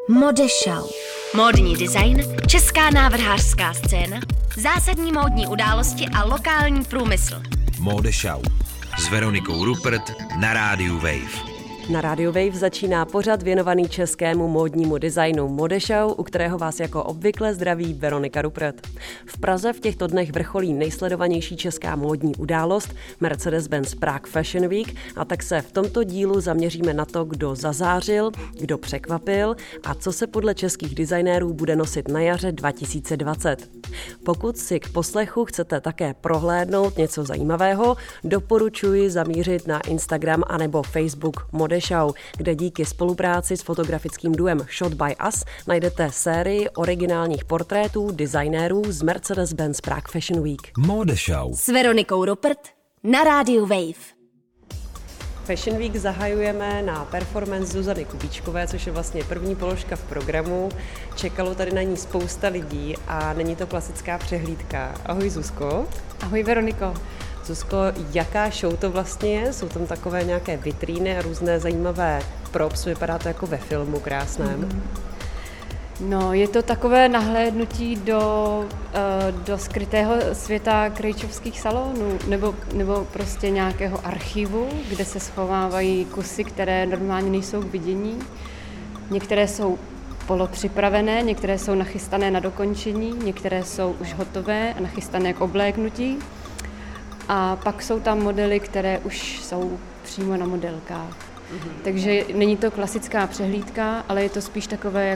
Modeshow. Módní design, česká návrhářská scéna, zásadní módní události a lokální průmysl. Modeshow s Veronikou Rupert na rádiu Wave. Na rádiu Wave začíná pořad věnovaný českému módnímu designu Modeshow, u kterého vás jako obvykle zdraví Veronika Rupert. V Praze v těchto dnech vrcholí nejsledovanější česká módní událost Mercedes-Benz Prague Fashion Week, a tak se v tomto dílu zaměříme na to, kdo zazářil, kdo překvapil a co se podle českých designérů bude nosit na jaře 2020. Pokud si k poslechu chcete také prohlédnout něco zajímavého, doporučuji zamířit na Instagram anebo Facebook Modeshow, kde díky spolupráci s fotografickým duem Shot by Us najdete sérii originálních portrétů designérů z Mercedes-Benz Prague Fashion Week. Modeshow S Veronikou Rupert na rádiu Wave. Fashion Week zahajujeme na performance Zuzany Kubíčkové, což je vlastně první položka v programu. Čekalo tady na ní spousta lidí a není to klasická přehlídka. Ahoj Zuzko. Ahoj Veroniko. Zuzko, jaká show to vlastně je? Jsou tam takové nějaké vitríny a různé zajímavé props, vypadá to jako ve filmu krásném. No, je to takové nahlédnutí do skrytého světa krejčovských salonů nebo prostě nějakého archivu, kde se schovávají kusy, které normálně nejsou k vidění. Některé jsou polopřipravené, některé jsou nachystané na dokončení, některé jsou už hotové a nachystané k obléknutí. A pak jsou tam modely, které už jsou přímo na modelkách. Takže není to klasická přehlídka, ale je to spíš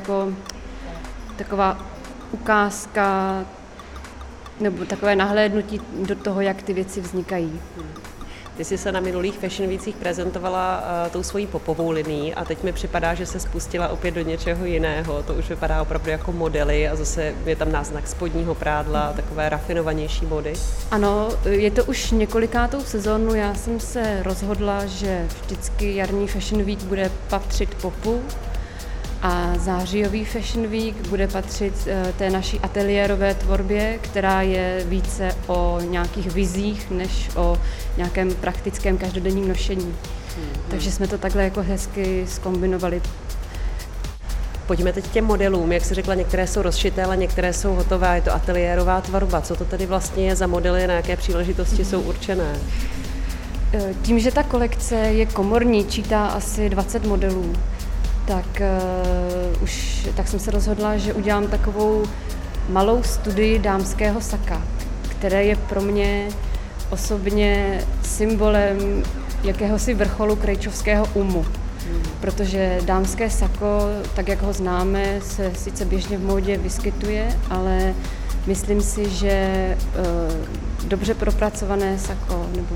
taková ukázka nebo takové nahlédnutí do toho, jak ty věci vznikají. Ty jsi se na minulých Fashion Weekích prezentovala tou svojí popovou linií a teď mi připadá, že se spustila opět do něčeho jiného. To už vypadá opravdu jako modely a zase je tam náznak spodního prádla, takové rafinovanější mody. Ano, je to už několikátou sezónu. Já jsem se rozhodla, že vždycky jarní Fashion Week bude patřit popu a zářijový Fashion Week bude patřit té naší ateliérové tvorbě, která je více o nějakých vizích, než o nějakém praktickém každodenním nošení. Takže jsme to takhle jako hezky zkombinovali. Pojďme teď k těm modelům. Jak jsi řekla, některé jsou rozšité, ale některé jsou hotové. Je to ateliérová tvorba. Co to tedy vlastně je za modely, na jaké příležitosti jsou určené? Tím, že ta kolekce je komorní, čítá asi 20 modelů, tak jsem se rozhodla, že udělám takovou malou studii dámského saka, které je pro mě osobně symbolem jakéhosi vrcholu krejčovského umu. Protože dámské sako, tak jak ho známe, se sice běžně v módě vyskytuje, ale myslím si, že dobře propracované sako nebo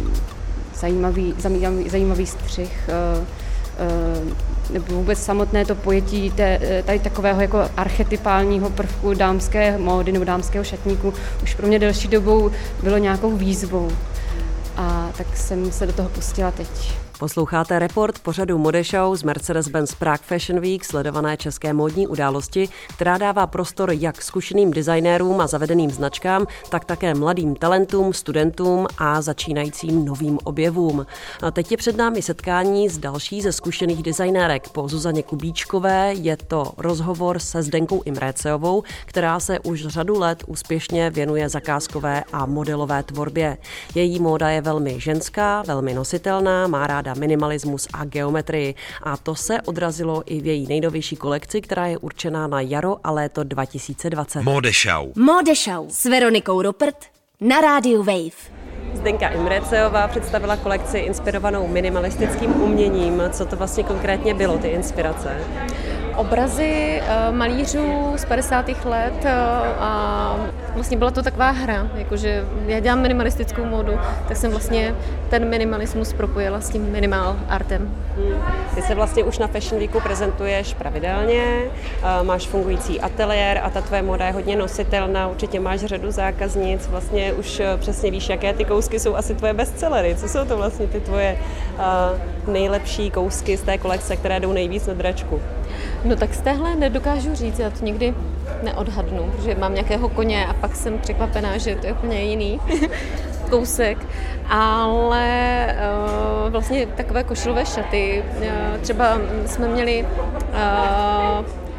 zajímavý střih nebo vůbec samotné to pojetí tady takového jako archetypálního prvku dámské módy nebo dámského šatníku už pro mě delší dobou bylo nějakou výzvou. A tak jsem se do toho pustila teď. Posloucháte report pořadu Modeshow z Mercedes-Benz Prague Fashion Week, sledované české módní události, která dává prostor jak zkušeným designérům a zavedeným značkám, tak také mladým talentům, studentům a začínajícím novým objevům. A teď je před námi setkání s další ze zkušených designérek. Po Zuzaně Kubíčkové je to rozhovor se Zdenkou Imréceovou, která se už řadu let úspěšně věnuje zakázkové a modelové tvorbě. Její móda je velmi ženská, velmi nositelná, má ráda minimalismus a geometrii. A to se odrazilo i v její nejnovější kolekci, která je určená na jaro a léto 2020. Modeshow s Veronikou Rupert na rádiu Wave. Zdenka Imréceová představila kolekci inspirovanou minimalistickým uměním. Co to vlastně konkrétně bylo, ty inspirace? Obrazy malířů z 50. let a vlastně byla to taková hra, jakože já dělám minimalistickou módu, tak jsem vlastně ten minimalismus propojila s tím minimál artem. Ty se vlastně už na Fashion Weeku prezentuješ pravidelně, máš fungující ateliér a ta tvoje móda je hodně nositelná, určitě máš řadu zákaznic, vlastně už přesně víš, jaké ty kousky jsou asi tvoje bestsellery, co jsou to vlastně ty tvoje nejlepší kousky z té kolekce, které jdou nejvíc na dračku? No tak z téhle nedokážu říct, já to nikdy neodhadnu, protože mám nějakého koně a pak jsem překvapená, že to je úplně jiný kousek, ale vlastně takové košilové šaty, třeba jsme měli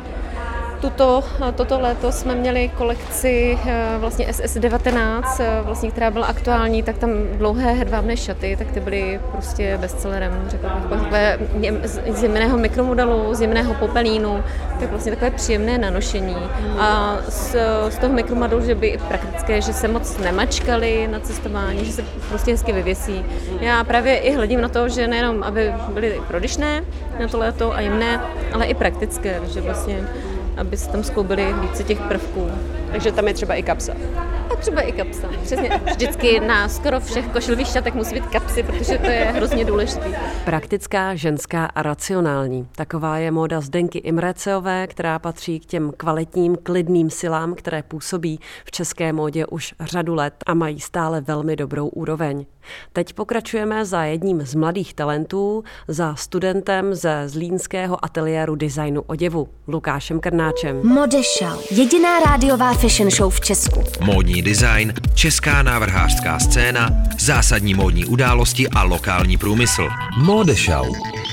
Toto léto jsme měli kolekci vlastně SS19, vlastně, která byla aktuální, tak tam dlouhé hedvábné šaty, tak ty byly prostě bestsellerem, řekla bych, takové z jemného mikromodelu, z jemného popelínu, tak vlastně takové příjemné na nošení. A z toho mikromodelu, že by i praktické, že se moc nemačkaly na cestování, že se prostě hezky vyvěsí. Já právě i hledím na to, že nejenom, aby byly prodyšné na to léto a jemné, ale i praktické, že vlastně aby se tam skloubily více těch prvků. Takže tam je třeba i kapsa. A třeba i kapsa. Přesně. Vždycky na skoro všech košilivých šatech musí být kapsy, protože to je hrozně důležitý. Praktická, ženská a racionální. Taková je móda Zdenky Imreceové, která patří k těm kvalitním, klidným silám, které působí v české módě už řadu let a mají stále velmi dobrou úroveň. Teď pokračujeme za jedním z mladých talentů, za studentem ze zlínského ateliéru designu oděvu, Lukášem Krnáčem. Modeshow, jediná rádiová fashion show v Česku. Módní design, česká návrhářská scéna, zásadní módní události a lokální průmysl. Modeshow.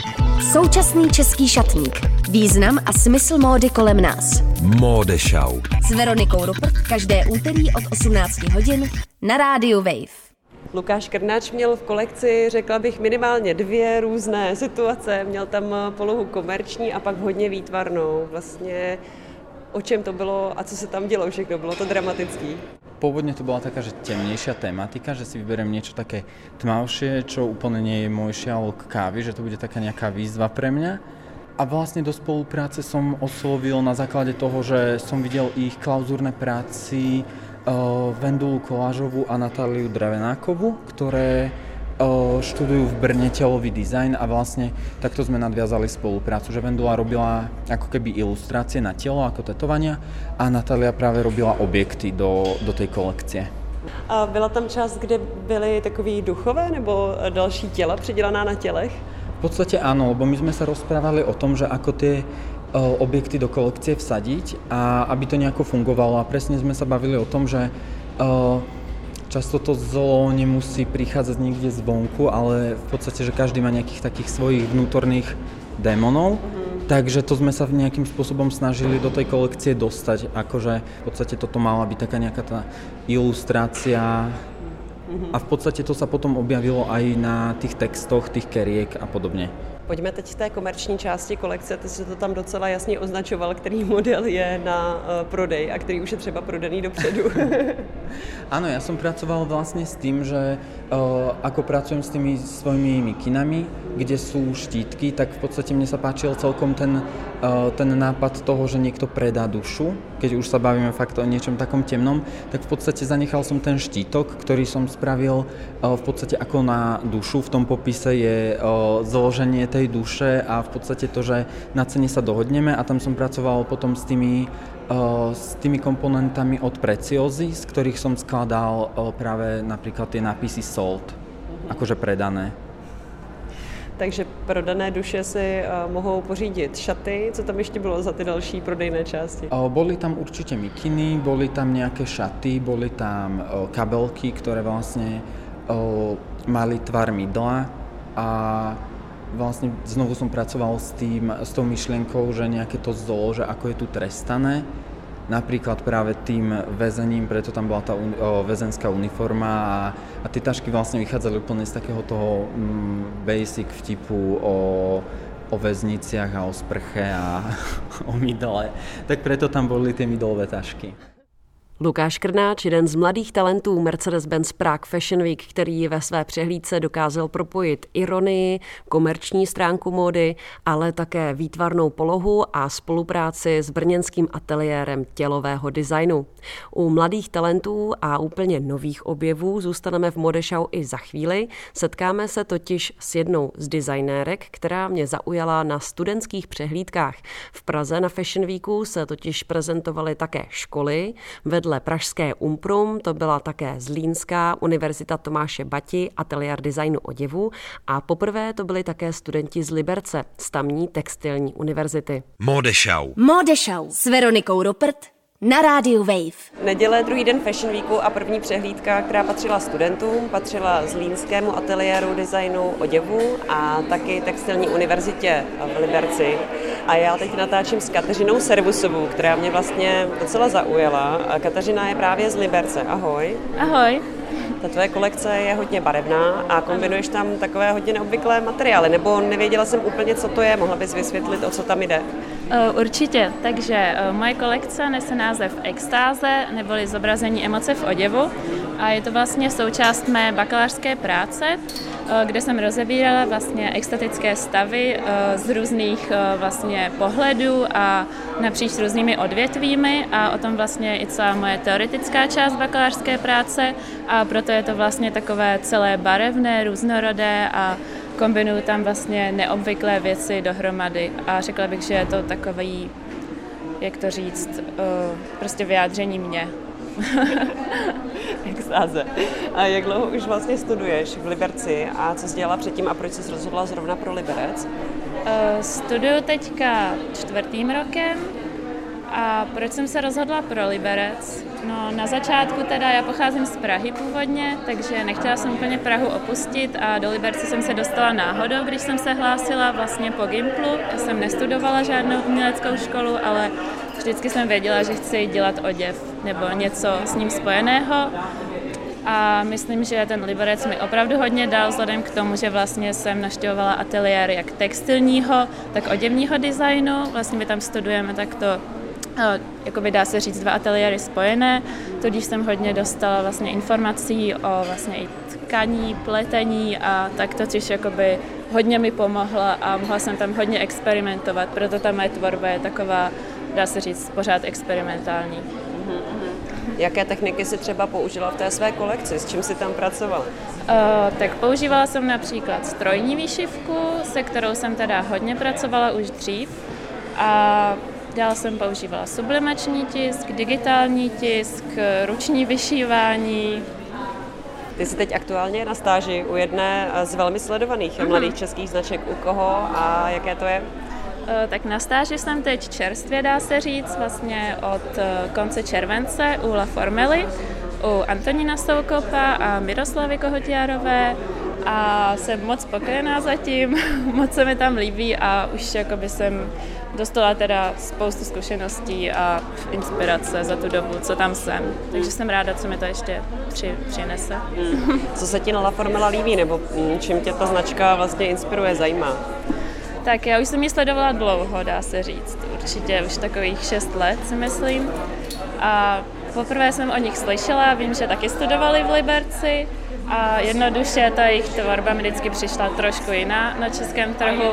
Současný český šatník. Význam a smysl módy kolem nás. Modeshow. S Veronikou Rupert každé úterý od 18 hodin na rádiu Wave. Lukáš Krnáč měl v kolekci, řekla bych, minimálně 2 různé situace. Měl tam polohu komerční a pak hodně výtvarnou. Vlastně o čem to bylo a co se tam dělo všechno? Bylo to dramatický? Pôvodne to bola taká, že temnejšia tematika, že si vyberiem niečo také tmavšie, čo úplne nie je môj šialok kávy, že to bude taká nejaká výzva pre mňa. A vlastne do spolupráce som oslovil na základe toho, že som videl ich klauzúrne práci Vendulu Kolážovú a Natáliu Dravenákovú, ktoré študujú v Brne telový dizajn a vlastne takto sme nadviazali spoluprácu, že Vendula robila ako keby ilustrácie na telo ako tetovania a Natália práve robila objekty do tej kolekcie. A byla tam část, kde byly takový duchové nebo další těla předělaná na tělech? V podstate áno, lebo my sme sa rozprávali o tom, že ako tie objekty do kolekcie vsadiť a aby to nejako fungovalo a presne sme sa bavili o tom, že často to zlo nemusí prichádzať niekde zvonku, ale v podstate, že každý má nejakých takých svojich vnútorných démonov. Takže to sme sa nejakým spôsobom snažili do tej kolekcie dostať. Akože v podstate toto mala byť taká nejaká tá ilustrácia a v podstate to sa potom objavilo aj na tých textoch, tých keriek a podobne. Pojďme teď z té komerční části kolekce, ty jsi to tam docela jasně označoval, který model je na prodej a který už je třeba prodaný dopředu. Áno, ja som pracoval vlastne s tým, že ako pracujem s tými svojimi mikinami, kde sú štítky, tak v podstate mne sa páčil celkom ten nápad toho, že niekto predá dušu. Keď už sa bavíme fakt o niečom takom temnom, tak v podstate zanechal som ten štítok, ktorý som spravil v podstate ako na dušu. V tom popise je zloženie tej duše a v podstate to, že na cene sa dohodneme a tam som pracoval potom s tými komponentami od Preciozy, z ktorých som skladal práve napríklad tie nápisy sold, akože predané. Takže prodané duše si mohou pořídit šaty. Co tam ještě bylo za ty další prodejné části? Boli tam určite mikiny, boli tam nejaké šaty, boli tam kabelky, ktoré vlastne mali tvar mydla a vlastne znovu som pracoval s tou myšlienkou, že nejaké to zlo, že ako je tu trestané. Napríklad práve tým väzením, preto tam bola tá väzenská uniforma a tie tašky vlastne vychádzali úplne z takého toho basic vtipu o väzniciach a o sprche a o mydle. Tak preto tam boli tie mydlové tašky. Lukáš Krnáč, jeden z mladých talentů Mercedes-Benz Prague Fashion Week, který ve své přehlídce dokázal propojit ironii, komerční stránku módy, ale také výtvarnou polohu a spolupráci s brněnským ateliérem tělového designu. U mladých talentů a úplně nových objevů zůstaneme v Modeshow i za chvíli. Setkáme se totiž s jednou z designérek, která mě zaujala na studentských přehlídkách. V Praze na Fashion Weeku se totiž prezentovaly také školy. Vedle pražské Umprum to byla také Zlínská univerzita Tomáše Bati, ateliér designu oděvu a poprvé to byli také studenti z Liberce, z tamní textilní univerzity. Modeshow. Modeshow s Veronikou Rupert na rádiu Wave. Neděle, druhý den Fashion Weeku a první přehlídka, která patřila studentům, patřila Zlínskému ateliéru designu oděvu a taky Textilní univerzitě v Liberci. A já teď natáčím s Kateřinou Servusovou, která mě vlastně docela zaujala. Kateřina je právě z Liberce. Ahoj. Ahoj. Ta tvoje kolekce je hodně barevná a kombinuješ tam takové hodně neobvyklé materiály, nebo nevěděla jsem úplně, co to je, mohla bys vysvětlit, o co tam jde? Určitě, takže moje kolekce nese název Extáze, neboli zobrazení emoce v oděvu a je to vlastně součást mé bakalářské práce, kde jsem rozebírala vlastně extatické stavy z různých vlastně pohledů a napříč různými odvětvími a o tom vlastně i celá moje teoretická část bakalářské práce a proto je to vlastně takové celé barevné, různorodé a kombinuju tam vlastně neobvyklé věci dohromady a řekla bych, že je to takový, jak to říct, prostě vyjádření mě. Extáze. A jak dlouho už vlastně studuješ v Liberci a co jsi dělala předtím a proč jsi rozhodla zrovna pro Liberec? Studuju teďka 4. rokem a proč jsem se rozhodla pro Liberec? No na začátku teda já pocházím z Prahy původně, takže nechtěla jsem úplně Prahu opustit a do Liberce jsem se dostala náhodou, když jsem se hlásila vlastně po Gimplu. Já jsem nestudovala žádnou uměleckou školu, ale vždycky jsem věděla, že chci dělat oděv nebo něco s ním spojeného. A myslím, že ten Liberec mi opravdu hodně dal, vzhledem k tomu, že vlastně jsem navštěvovala ateliér jak textilního, tak oděvního designu. Vlastně my tam studujeme takto, jakoby dá se říct, 2 ateliéry spojené, tudíž jsem hodně dostala vlastně informací o vlastně i tkaní, pletení a tak to, což jakoby hodně mi pomohla a mohla jsem tam hodně experimentovat, proto ta moje tvorba je taková, dá se říct, pořád experimentální. Jaké techniky jsi třeba použila v té své kolekci? S čím jsi tam pracovala? Tak používala jsem například strojní výšivku, se kterou jsem teda hodně pracovala už dřív a dál jsem používala sublimační tisk, digitální tisk, ruční vyšívání. Ty jsi teď aktuálně na stáži u jedné z velmi sledovaných mladých českých značek. U koho a jaké to je? Tak na stáži jsem teď čerstvě, dá se říct, vlastně od konce července u La Formely, u Antonína Soukopa a Miroslavy Kohotiárové a jsem moc spokojená zatím, moc se mi tam líbí a už jakoby jsem dostala teda spoustu zkušeností a inspirace za tu dobu, co tam jsem. Takže jsem ráda, co mi to ještě přinese. Co se ti na La Formela líbí, nebo čím tě ta značka vlastně inspiruje, zajímá? Tak já už jsem ji sledovala dlouho, dá se říct. Určitě už takových 6 let, si myslím. A poprvé jsem o nich slyšela, vím, že taky studovali v Liberci a jednoduše ta jejich tvorba mi vždycky přišla trošku jiná na českém trhu.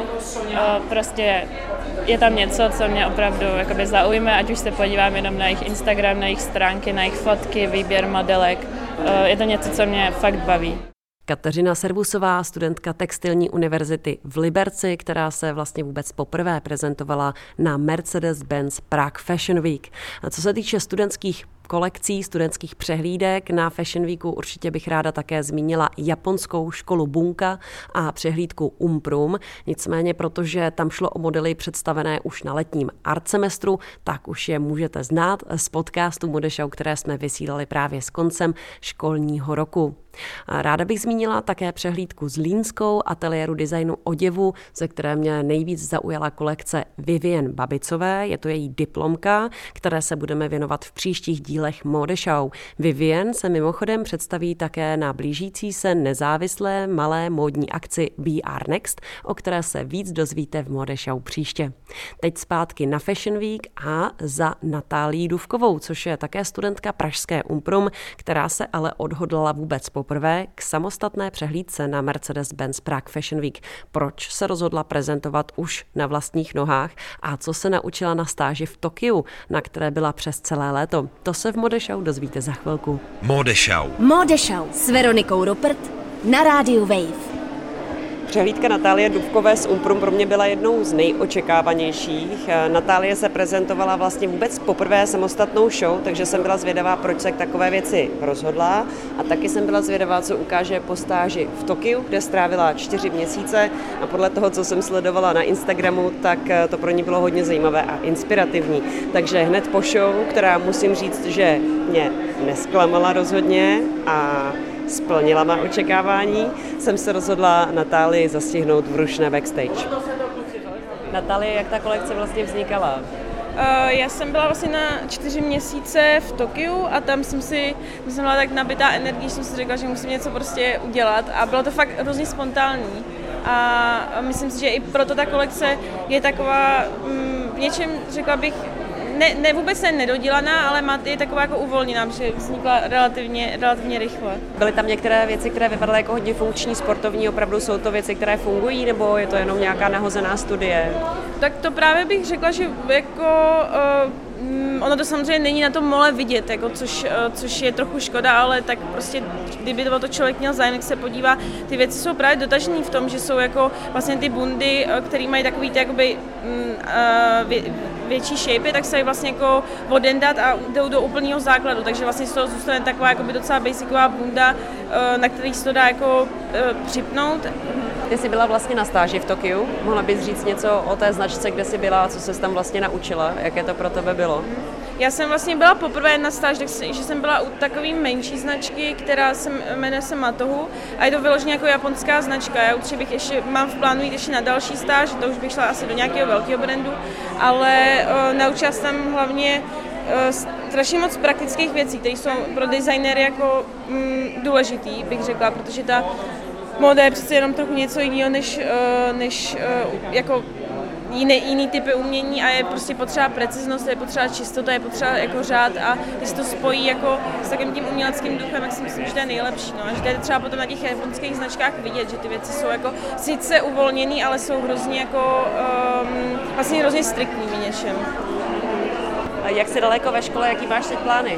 Prostě je tam něco, co mě opravdu jakoby zaujme, ať už se podívám jenom na jejich Instagram, na jejich stránky, na jejich fotky, výběr modelek. Je to něco, co mě fakt baví. Kateřina Servusová, studentka Textilní univerzity v Liberci, která se vlastně vůbec poprvé prezentovala na Mercedes-Benz Prague Fashion Week. A co se týče studentských kolekcí, studentských přehlídek na Fashion Weeku určitě bych ráda také zmínila japonskou školu Bunka a přehlídku Umprum. Nicméně, protože tam šlo o modely představené už na letním art semestru, tak už je můžete znát z podcastu Mode Show, které jsme vysílali právě s koncem školního roku. Ráda bych zmínila také přehlídku zlínskou ateliéru designu oděvu, ze které mě nejvíc zaujala kolekce Vivien Babicové. Je to její diplomka, které se budeme věnovat v příštích dílech Mode Show. Vivien se mimochodem představí také na blížící se nezávislé malé módní akci VR Next, o které se víc dozvíte v Mode Show příště. Teď zpátky na Fashion Week a za Natálií Dufkovou, což je také studentka pražské Umprum, která se ale odhodlala vůbec poprvé k samostatné přehlídce na Mercedes-Benz Prague Fashion Week. Proč se rozhodla prezentovat už na vlastních nohách a co se naučila na stáži v Tokiu, na které byla přes celé léto. To se v Mode Show dozvíte za chvilku. Mode Show. Mode Show s Veronikou Rupert na rádiu Wave. Přehlídka Natálie Dubkové z Umprum pro mě byla jednou z nejočekávanějších. Natálie se prezentovala vlastně vůbec poprvé samostatnou show, takže jsem byla zvědavá, proč se k takové věci rozhodla. A taky jsem byla zvědavá, co ukáže po stáži v Tokiu, kde strávila 4 měsíce. A podle toho, co jsem sledovala na Instagramu, tak to pro ní bylo hodně zajímavé a inspirativní. Takže hned po show, která musím říct, že mě nesklamala rozhodně a splnila má očekávání, jsem se rozhodla Natálii zastihnout v rušné backstage. Natálie, jak ta kolekce vlastně vznikala? Já jsem byla vlastně na 4 měsíce v Tokiu a tam jsem byla tak nabitá energií, že jsem si řekla, že musím něco prostě udělat a bylo to fakt hrozně spontánní. A myslím si, že i proto ta kolekce je taková v něčem, řekla bych, vůbec nedodělaná, ale je taková jako uvolněná, protože vznikla relativně rychle. Byly tam některé věci, které vypadaly jako hodně funkční, sportovní, opravdu jsou to věci, které fungují, nebo je to jenom nějaká nahozená studie? Tak to právě bych řekla, že jako ono to samozřejmě není na tom mole vidět, jako což je trochu škoda, ale tak prostě, kdyby to člověk měl zájem, tak se podívá. Ty věci jsou právě dotažené v tom, že jsou jako vlastně ty bundy, které mají takový ty jakoby větší shapey, tak se dají vlastně jako odendat a jdou do úplného základu, takže vlastně z toho zůstane taková jakoby docela basicová bunda, na který se to dá jako připnout. Ty jsi byla vlastně na stáži v Tokiu. Mohla bys říct něco o té značce, kde jsi byla, co ses tam vlastně naučila, jaké to pro tebe bylo? Já jsem vlastně byla poprvé na stáž, že jsem byla u takové menší značky, která jmenuje se Matohu a je to vyloženě jako japonská značka. Já určitě mám v plánu jít ještě na další stáž, to už bych šla asi do nějakého velkého brandu, ale naučila jsem tam hlavně strašně moc praktických věcí, které jsou pro designéry jako důležitý, bych řekla, protože ta móda je přece jenom trochu něco jiného než jako jiný typy umění a je prostě potřeba preciznost, je potřeba čistota, je potřeba jako řád a když se to spojí jako s takovým tím uměleckým duchem, tak si myslím, že to je nejlepší. No. A že to je třeba potom na těch japonských značkách vidět, že ty věci jsou jako sice uvolněný, ale jsou hrozně jako vlastně hrozně striktní v něčem. A jak jsi daleko ve škole, jaký máš teď plány?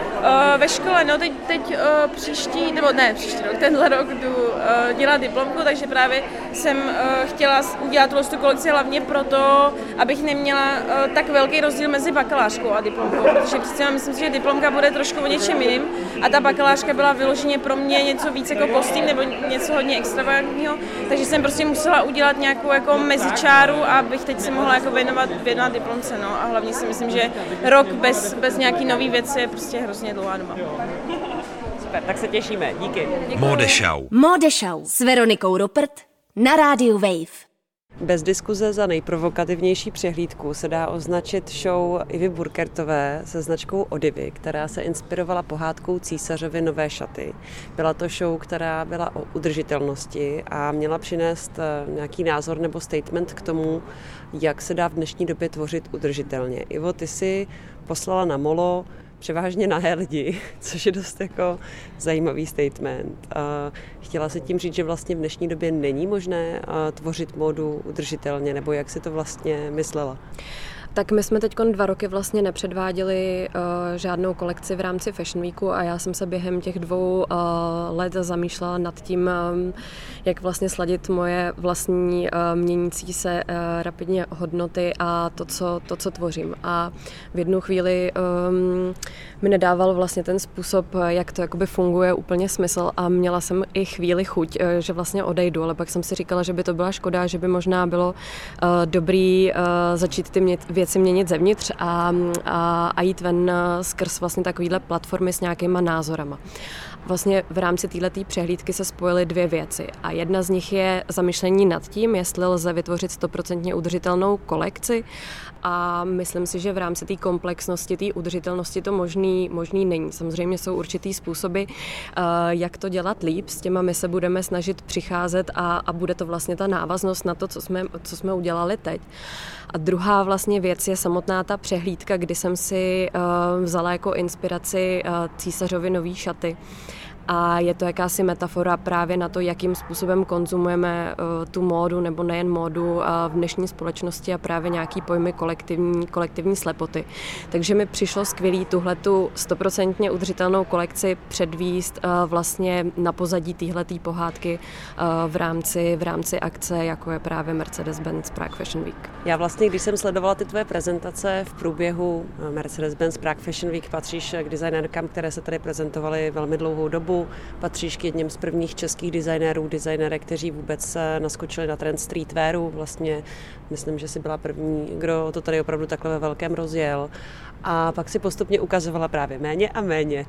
Ve škole, no teď příští rok, tenhle rok jdu dělat diplomku, takže právě jsem chtěla udělat tu kolekci hlavně proto, abych neměla tak velký rozdíl mezi bakalářkou a diplomkou, protože přece myslím si, že diplomka bude trošku o něčem jiným a ta bakalářka byla vyloženě pro mě něco víc jako kostým nebo něco hodně extravagantního, takže jsem prostě musela udělat nějakou jako mezičáru, abych teď se mohla jako věnovat diplomce, no a hlavně si myslím, že rok bez nějaký nový věci je prostě hrozně dlouhá doba. Super, tak se těšíme. Díky. Mode Show s Veronikou Rupert na rádiu Wave. Bez diskuze za nejprovokativnější přehlídku se dá označit show Ivy Burkertové se značkou Odivy, která se inspirovala pohádkou Císařovy nové šaty. Byla to show, která byla o udržitelnosti a měla přinést nějaký názor nebo statement k tomu, jak se dá v dnešní době tvořit udržitelně. Ivo, ty si poslala na molo převážně nahé lidi, což je dost jako zajímavý statement. Chtěla si tím říct, že vlastně v dnešní době není možné tvořit módu udržitelně, nebo jak si to vlastně myslela? Tak my jsme teď 2 roky vlastně nepředváděli žádnou kolekci v rámci Fashion Weeku a já jsem se během těch 2 let zamýšlela nad tím, jak vlastně sladit moje vlastní měnící se rapidně hodnoty a to, co tvořím. A v jednu chvíli mi nedával vlastně ten způsob, jak to jakoby funguje, úplně smysl a měla jsem i chvíli chuť, že vlastně odejdu, ale pak jsem si říkala, že by to byla škoda, že by možná bylo dobrý začít ty věci měnit zevnitř a jít ven skrz vlastně takovýhle platformy s nějakýma názorama. Vlastně v rámci této přehlídky se spojily 2 věci a jedna z nich je zamyšlení nad tím, jestli lze vytvořit 100% udržitelnou kolekci a myslím si, že v rámci té komplexnosti, té udržitelnosti to možný není. Samozřejmě jsou určitý způsoby, jak to dělat líp, s těma my se budeme snažit přicházet a bude to vlastně ta návaznost na to, co jsme udělali teď. A druhá vlastně věc je samotná ta přehlídka, kdy jsem si vzala jako inspiraci Císařovy nový šaty. a je to jakási metafora právě na to, jakým způsobem konzumujeme tu módu nebo nejen módu v dnešní společnosti a právě nějaký pojmy kolektivní slepoty. Takže mi přišlo skvělý tuhletu 100% udržitelnou kolekci předvíst vlastně na pozadí téhletý pohádky v rámci akce, jako je právě Mercedes-Benz Prague Fashion Week. Já vlastně, když jsem sledovala ty tvoje prezentace v průběhu Mercedes-Benz Prague Fashion Week, patříš k designérkám, které se tady prezentovaly velmi dlouhou dobu, patříš k jedním z prvních českých designérek, kteří vůbec naskočili na trend streetwearu. Vlastně myslím, že jsi byla první, kdo to tady opravdu takhle ve velkém rozjel. A pak si postupně ukazovala právě méně a méně.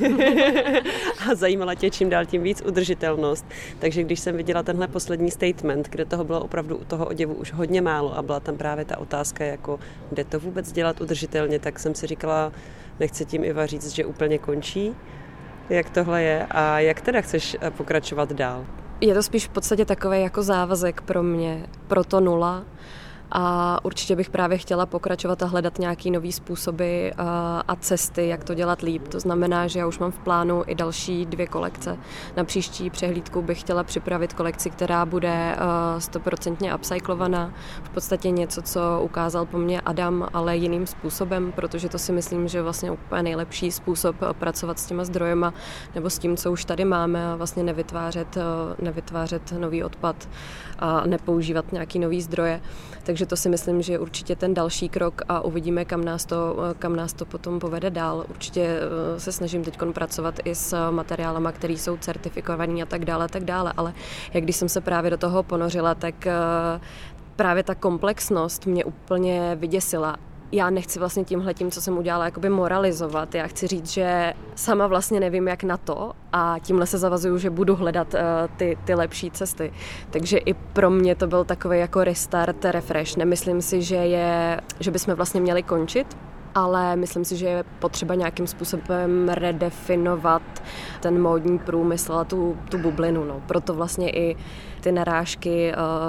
A zajímala tě čím dál tím víc udržitelnost. Takže když jsem viděla tenhle poslední statement, kde toho bylo opravdu u toho oděvu už hodně málo a byla tam právě ta otázka, jako jde to vůbec dělat udržitelně, tak jsem si říkala, nechci tím Iva říct, že úplně končí. Jak tohle je a jak teda chceš pokračovat dál? Je to spíš v podstatě takový jako závazek pro mě, pro to 0. A určitě bych právě chtěla pokračovat a hledat nějaký nový způsoby a cesty, jak to dělat líp. To znamená, že já už mám v plánu i další 2 kolekce. Na příští přehlídku bych chtěla připravit kolekci, která bude 100% upcyklovaná. V podstatě něco, co ukázal po mně Adam, ale jiným způsobem, protože to si myslím, že je vlastně úplně nejlepší způsob pracovat s těma zdrojema nebo s tím, co už tady máme a vlastně nevytvářet nový odpad a nepoužívat nějaký nový zdroje. Takže to si myslím, že je určitě ten další krok a uvidíme, kam nás to potom povede dál. Určitě se snažím teď pracovat i s materiálama, které jsou certifikovaný a tak dále, ale jak když jsem se právě do toho ponořila, tak právě ta komplexnost mě úplně vyděsila. Já nechci vlastně tímhletím, co jsem udělala, jakoby moralizovat. Já chci říct, že sama vlastně nevím, jak na to a tímhle se zavazuju, že budu hledat ty lepší cesty. Takže i pro mě to byl takový jako restart, refresh. Nemyslím si, že bychom vlastně měli končit, ale myslím si, že je potřeba nějakým způsobem redefinovat ten módní průmysl a tu bublinu. No. Proto vlastně i ty narážky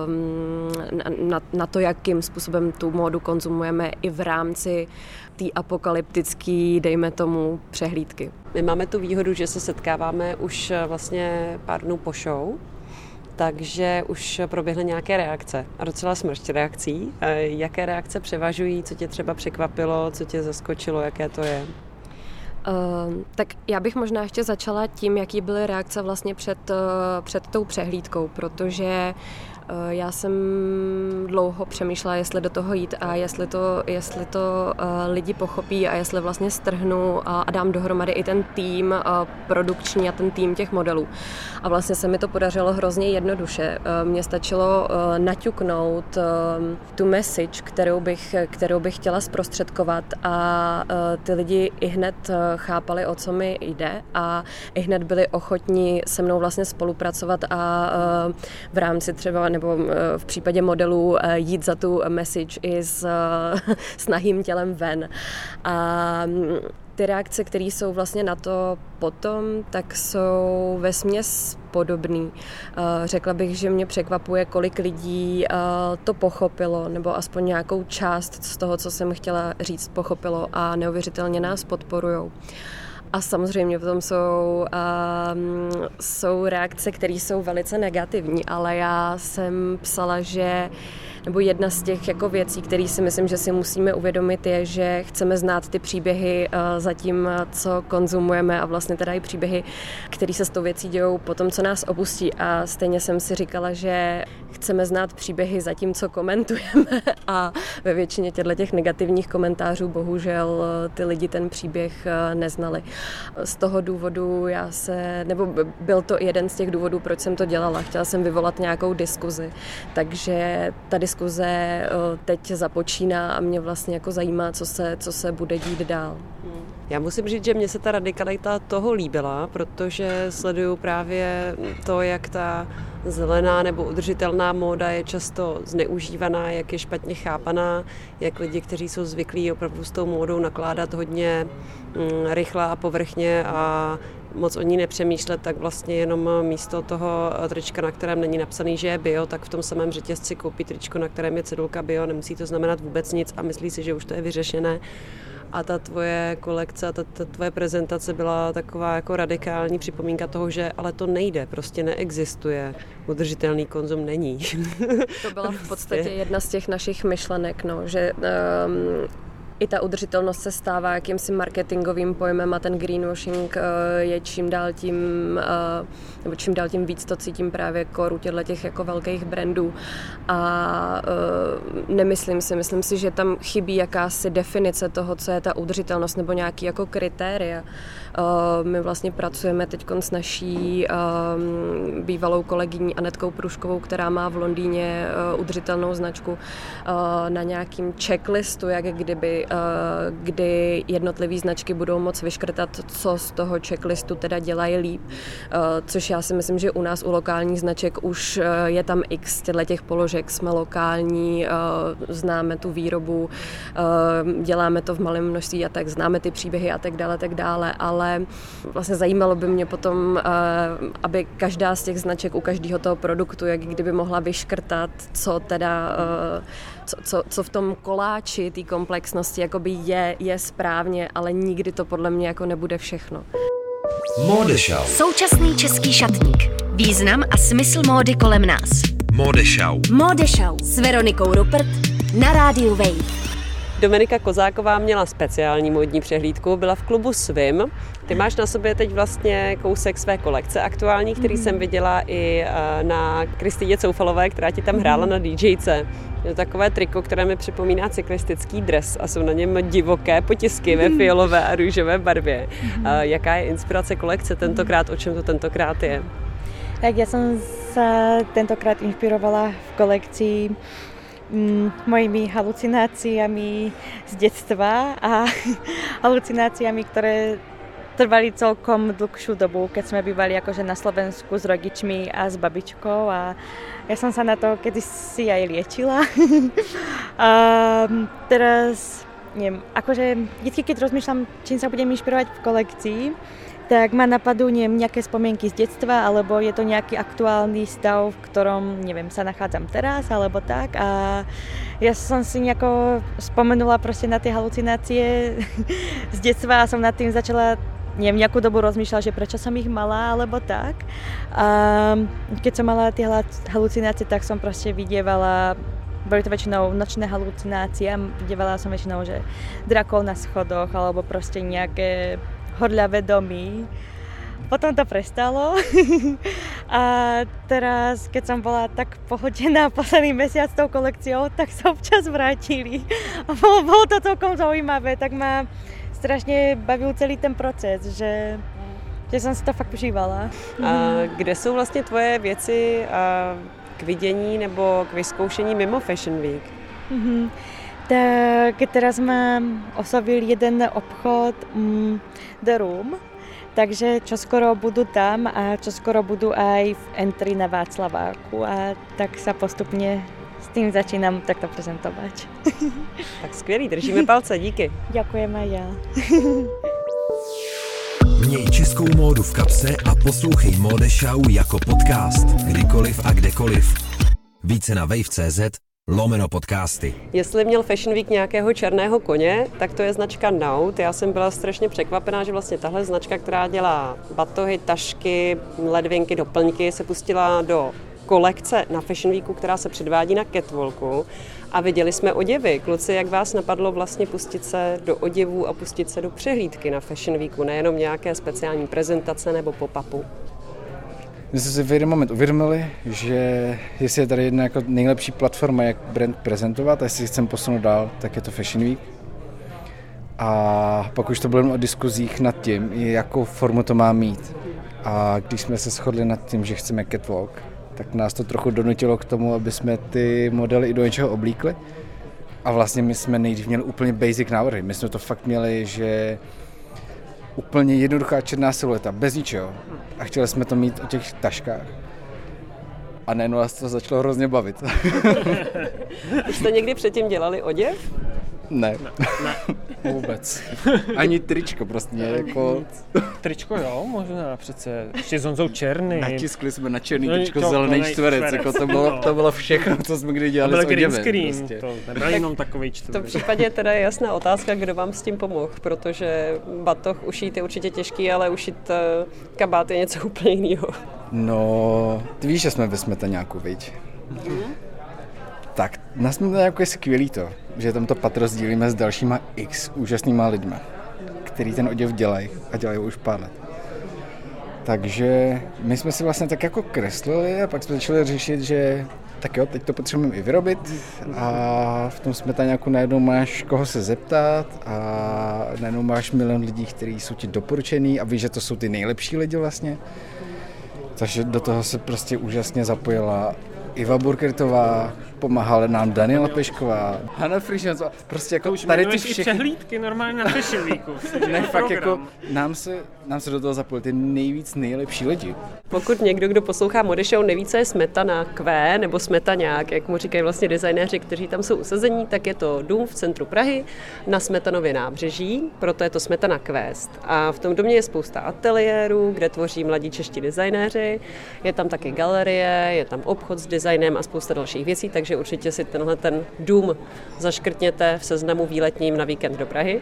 na to, jakým způsobem tu módu konzumujeme i v rámci té apokalyptické, dejme tomu, přehlídky. My máme tu výhodu, že se setkáváme už vlastně pár dnů po show, takže už proběhly nějaké reakce a docela smršť reakcí. Jaké reakce převažují, co tě třeba překvapilo, co tě zaskočilo, jaké to je? Tak já bych možná ještě začala tím, jaký byly reakce vlastně před tou přehlídkou, protože já jsem dlouho přemýšlela, jestli do toho jít a jestli to lidi pochopí a jestli vlastně strhnu a dám dohromady i ten tým produkční a ten tým těch modelů. A vlastně se mi to podařilo hrozně jednoduše. Mně stačilo naťuknout tu message, kterou bych chtěla zprostředkovat a ty lidi i hned chápali, o co mi jde a i hned byli ochotní se mnou vlastně spolupracovat a v rámci třeba nebo v případě modelů jít za tu message i s nahým tělem ven. A ty reakce, které jsou vlastně na to potom, tak jsou vesměs podobný. Řekla bych, že mě překvapuje, kolik lidí to pochopilo, nebo aspoň nějakou část z toho, co jsem chtěla říct, pochopilo a neuvěřitelně nás podporujou. A samozřejmě potom jsou reakce, které jsou velice negativní, ale já jsem psala, nebo jedna z těch jako věcí, které si myslím, že si musíme uvědomit, je, že chceme znát ty příběhy za tím, co konzumujeme a vlastně teda i příběhy, které se s tou věcí dějou po tom, co nás opustí. A stejně jsem si říkala, že chceme znát příběhy za tím, co komentujeme a ve většině těch negativních komentářů bohužel ty lidi ten příběh neznali. Z toho důvodu byl to jeden z těch důvodů, proč jsem to dělala. Chtěla jsem vyvolat nějakou diskuzi, takže ta diskuze teď započíná a mě vlastně jako zajímá, co se bude dít dál. Já musím říct, že mně se ta radikalita toho líbila, protože sleduju právě to, jak ta zelená nebo udržitelná móda je často zneužívaná, jak je špatně chápaná, jak lidi, kteří jsou zvyklí opravdu s tou módou nakládat hodně rychle a povrchně a moc o ní nepřemýšlet, tak vlastně jenom místo toho trička, na kterém není napsaný, že je bio, tak v tom samém řetězci koupí tričko, na kterém je cedulka bio, nemusí to znamenat vůbec nic a myslí si, že už to je vyřešené. a ta tvoje kolekce, ta tvoje prezentace byla taková jako radikální připomínka toho, že ale to nejde, prostě neexistuje, udržitelný konzum není. To byla v podstatě jedna z těch našich myšlenek, no, že i ta udržitelnost se stává jakýmsi marketingovým pojmem a ten greenwashing je čím dál tím víc to cítím právě koru těch jako velkých brandů. A myslím si, že tam chybí jakási definice toho, co je ta udržitelnost nebo nějaký jako kritéria. My vlastně pracujeme teď s naší bývalou kolegyní Anetkou Pruškovou, která má v Londýně udržitelnou značku na nějakým checklistu, jak kdyby kdy jednotlivé značky budou moct vyškrtat, co z toho checklistu teda dělají líp, což já si myslím, že u nás u lokálních značek už je tam x těch položek, jsme lokální, známe tu výrobu, děláme to v malém množství a tak známe ty příběhy a tak dále, ale vlastně zajímalo by mě potom, aby každá z těch značek u každého toho produktu, jak kdyby mohla vyškrtat, co teda co v tom koláči té komplexnosti jakoby je správně, ale nikdy to podle mě jako nebude všechno. Modeshow. Současný český šatník. Význam a smysl módy kolem nás. Modeshow. Modeshow s Veronikou Rupert na rádiu Wave. Dominika Kozáková měla speciální módní přehlídku, byla v klubu Swim. Ty máš na sobě teď vlastně kousek své kolekce aktuální, který jsem viděla i na Kristýně Coufalové, která ti tam hrála na DJce. Je to takové triko, které mi připomíná cyklistický dres a jsou na něm divoké potisky ve fialové a růžové barvě. Jaká je inspirace kolekce tentokrát, o čem to tentokrát je? Tak ja som sa tentokrát inšpirovala v kolekcii mojimi halucináciami z detstva a halucináciami, ktoré trvali celkom dlhšiu dobu, keď sme bývali akože na Slovensku s rodičmi a s babičkou a ja som sa na to kedysi aj liečila. A teraz, neviem, akože vždy, keď rozmýšľam, čím sa budem inšpirovať v kolekcii, tak ma napadú nejaké spomienky z detstva, alebo je to nejaký aktuálny stav, v ktorom, neviem, sa nachádzam teraz, alebo tak. A ja som si nejako spomenula proste na tie halucinácie z detstva a som nad tým začala, neviem, nejakú dobu rozmýšľala, že prečo som ich mala, alebo tak. A keď som mala tie halucinácie, tak som proste vidievala, boli to väčšinou nočné halucinácie a vidievala som väčšinou, že drakov na schodoch, alebo proste nejaké horľavé domy. Potom to prestalo a teraz, keď som bola tak pohodená posledný mesiac s tou kolekciou, tak sa občas vrátili. A bolo to celkom zaujímavé, tak ma strašne bavil celý ten proces, že som si to fakt užívala. A kde jsou vlastně tvoje věci k vidění nebo k vyzkoušení mimo Fashion Week? Tak teraz ma oslovil jeden obchod The Room, takže čoskoro budú tam a čoskoro budú aj v entry na Václaváku a tak sa postupne s tým začínam takto prezentovať. Tak skvělý, držíme palce, díky. Ďakujem aj ja. Měj českou módu v kapse a poslouchej Modeshow jako podcast, kdykoliv a kdekoliv. Více na wave.cz/podcasty. Jestli měl Fashion Week nějakého černého koně, tak to je značka Naut. Já jsem byla strašně překvapená, že vlastně tahle značka, která dělá batohy, tašky, ledvinky, doplňky, se pustila do kolekce na Fashion Weeku, která se předvádí na catwalku. A viděli jsme oděvy. Kluci, jak vás napadlo vlastně pustit se do oděvů a pustit se do přehlídky na Fashion Weeku, nejenom nějaké speciální prezentace nebo pop-upu? My jsme si v jeden moment uvědomili, že jestli je tady jedna jako nejlepší platforma, jak brand prezentovat, a jestli chceme posunout dál, tak je to Fashion Week. A pak už to bylo o diskuzích nad tím, jakou formu to má mít. A když jsme se shodli nad tím, že chceme catwalk, tak nás to trochu donutilo k tomu, aby jsme ty modely i do něčeho oblíkli. A vlastně my jsme nejdřív měli úplně basic návrhy. My jsme to fakt měli, že úplně jednoduchá černá silueta, bez ničeho. A chtěli jsme to mít o těch taškách. A najednou nás to začalo hrozně bavit. Už jste někdy předtím dělali oděv? Ne. Vůbec. Ani tričko prostě, jako... Tričko jo, možná přece. Ještě s Honzou Černý. Natiskli jsme na černý tričko zelený čtverec, jako to bylo všechno, co jsme kdy dělali s oděvem. To byl green screen, prostě. To nebyl jenom takovej čtverec. V tom případě teda je jasná otázka, kdo vám s tím pomohl, protože batoh ušít je určitě těžký, ale ušít kabát je něco úplně jiného. No, ty víš, že jsme ve Smetaňáku, viď? Tak, na Smetaňáku je skvělý to, že tam to patro sdílíme s dalšíma x úžasnýma lidma, který ten oděv dělají a dělají už pár let. Takže my jsme si vlastně tak jako kreslili a pak jsme začali řešit, že tak jo, teď to potřebujeme i vyrobit a v tom Smetaňáku najednou máš koho se zeptat a najednou máš milion lidí, kteří jsou ti doporučený a víš, že to jsou ty nejlepší lidi vlastně. Takže do toho se prostě úžasně zapojila Iva Burkertová, pomáhala nám Daniela Pešková, Hana Frišancová, prostě jako už tady ty všechny přehlídky normálně na Fashion Weeku. Ne, fakt jako nám se do toho zapojili ty nejlepší lidi. Pokud někdo, kdo poslouchá Mode Show, neví, co je Smetana Q nebo Smetaňák, jak mu říkají vlastně designéři, kteří tam jsou usazení, tak je to dům v centru Prahy na Smetanově nábřeží, proto je to Smetana Quest. A v tom domě je spousta ateliérů, kde tvoří mladí čeští designéři, je tam taky galerie, je tam obchod s designem a spousta dalších věcí, takže určitě si tenhle ten dům zaškrtněte v seznamu výletním na víkend do Prahy.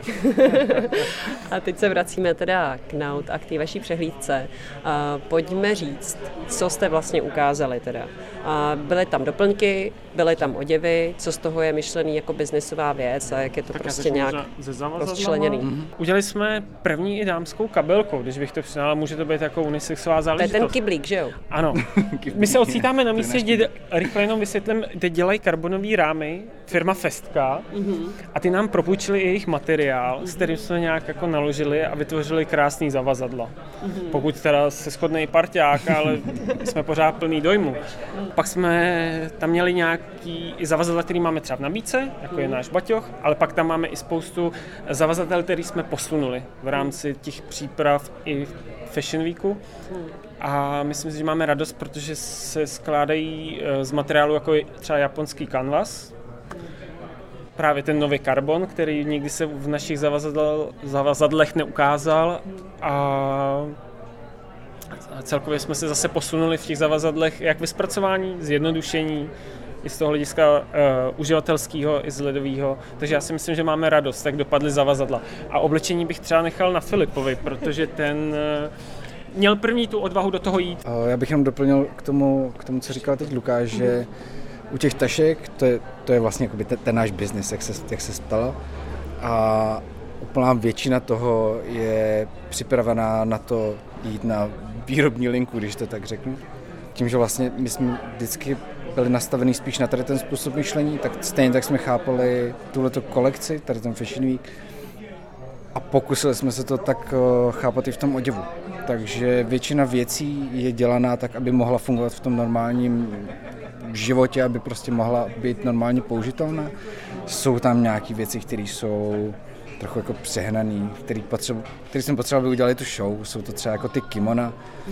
A teď se vracíme teda k Naut a k té vaší přehlídce. Pojďme říct, co jste vlastně ukázali teda. Byly tam doplňky, byly tam oděvy, co z toho je myšlený jako biznisová věc a jak je to tak prostě nějak rozčleněný. Udělali jsme první i dámskou kabelku, když bych to přiznala, může to být jako unisexová záležitost. To je ten kyblík, že jo? Ano. My se ocítáme na místě, kde rychle jenom vysvětlím, kde dělají karbonový rámy, firma Festka, a ty nám propůjčili jejich materiál, s kterým jsme nějak jako naložili a vytvořili krásný zavazadla. Pokud teda se shodnej parťák, ale jsme pořád plný dojmu. Pak jsme tam měli nějaký zavazadla, který máme třeba v nabídce, jako je náš baťoch, ale pak tam máme i spoustu zavazadel, který jsme posunuli v rámci těch příprav i Fashion Weeku. A myslím si, že máme radost, protože se skládají z materiálu jako je třeba japonský kanvas, právě ten nový karbon, který nikdy se v našich zavazadlech neukázal a celkově jsme se zase posunuli v těch zavazadlech jak ve zpracování, zjednodušení, i z toho hlediska uživatelského, i z ledového. Takže já si myslím, že máme radost, jak dopadly zavazadla. A oblečení bych třeba nechal na Filipovi, protože ten měl první tu odvahu do toho jít. Já bych jenom doplnil k tomu, co říkal teď Lukáš, že u těch tašek to je vlastně ten náš biznis, jak se stalo. A úplná většina toho je připravená na to jít na výrobní linku, když to tak řeknu. Tím, že vlastně my jsme vždycky byli nastavený spíš na tady ten způsob myšlení, tak stejně tak jsme chápali tuhleto kolekci, tady ten Fashion Week, a pokusili jsme se to tak chápat i v tom oděvu. Takže většina věcí je dělaná tak, aby mohla fungovat v tom normálním životě, aby prostě mohla být normálně použitelná. Jsou tam nějaké věci, které jsou trochu jako přehnaný, který jsem potřeboval, aby udělali tu show. Jsou to třeba jako ty kimona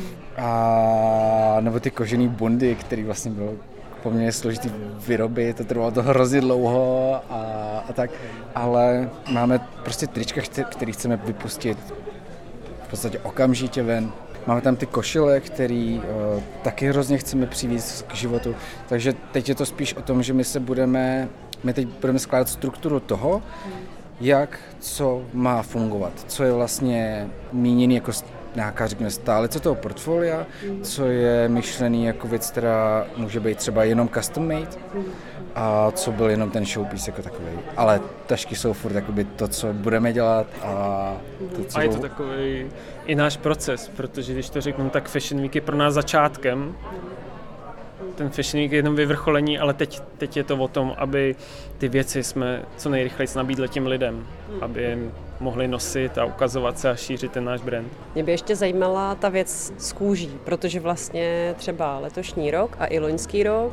a nebo ty kožený bundy, který vlastně bylo poměrně složitý vyrobit, to trvalo to hrozně dlouho a tak, ale máme prostě trička, který chceme vypustit v podstatě okamžitě ven. Máme tam ty košile, který taky hrozně chceme přivést k životu, takže teď je to spíš o tom, že my teď budeme skládat strukturu toho, jak co má fungovat, co je vlastně míněný jako nějaká, řekněme, stálice toho portfolia, co je myšlený jako věc, která může být třeba jenom custom made a co byl jenom ten showpiece jako takový. Ale tašky jsou furt jakoby to, co budeme dělat a to, co... A je to takový i náš proces, protože když to řeknu, tak Fashion Week je pro nás začátkem. Ten Fashion Week je jenom vyvrcholení, ale teď je to o tom, aby ty věci jsme co nejrychleji nabídli těm lidem, aby je mohli nosit a ukazovat se a šířit ten náš brand. Mě by ještě zajímala ta věc z kůží, protože vlastně třeba letošní rok a i loňský rok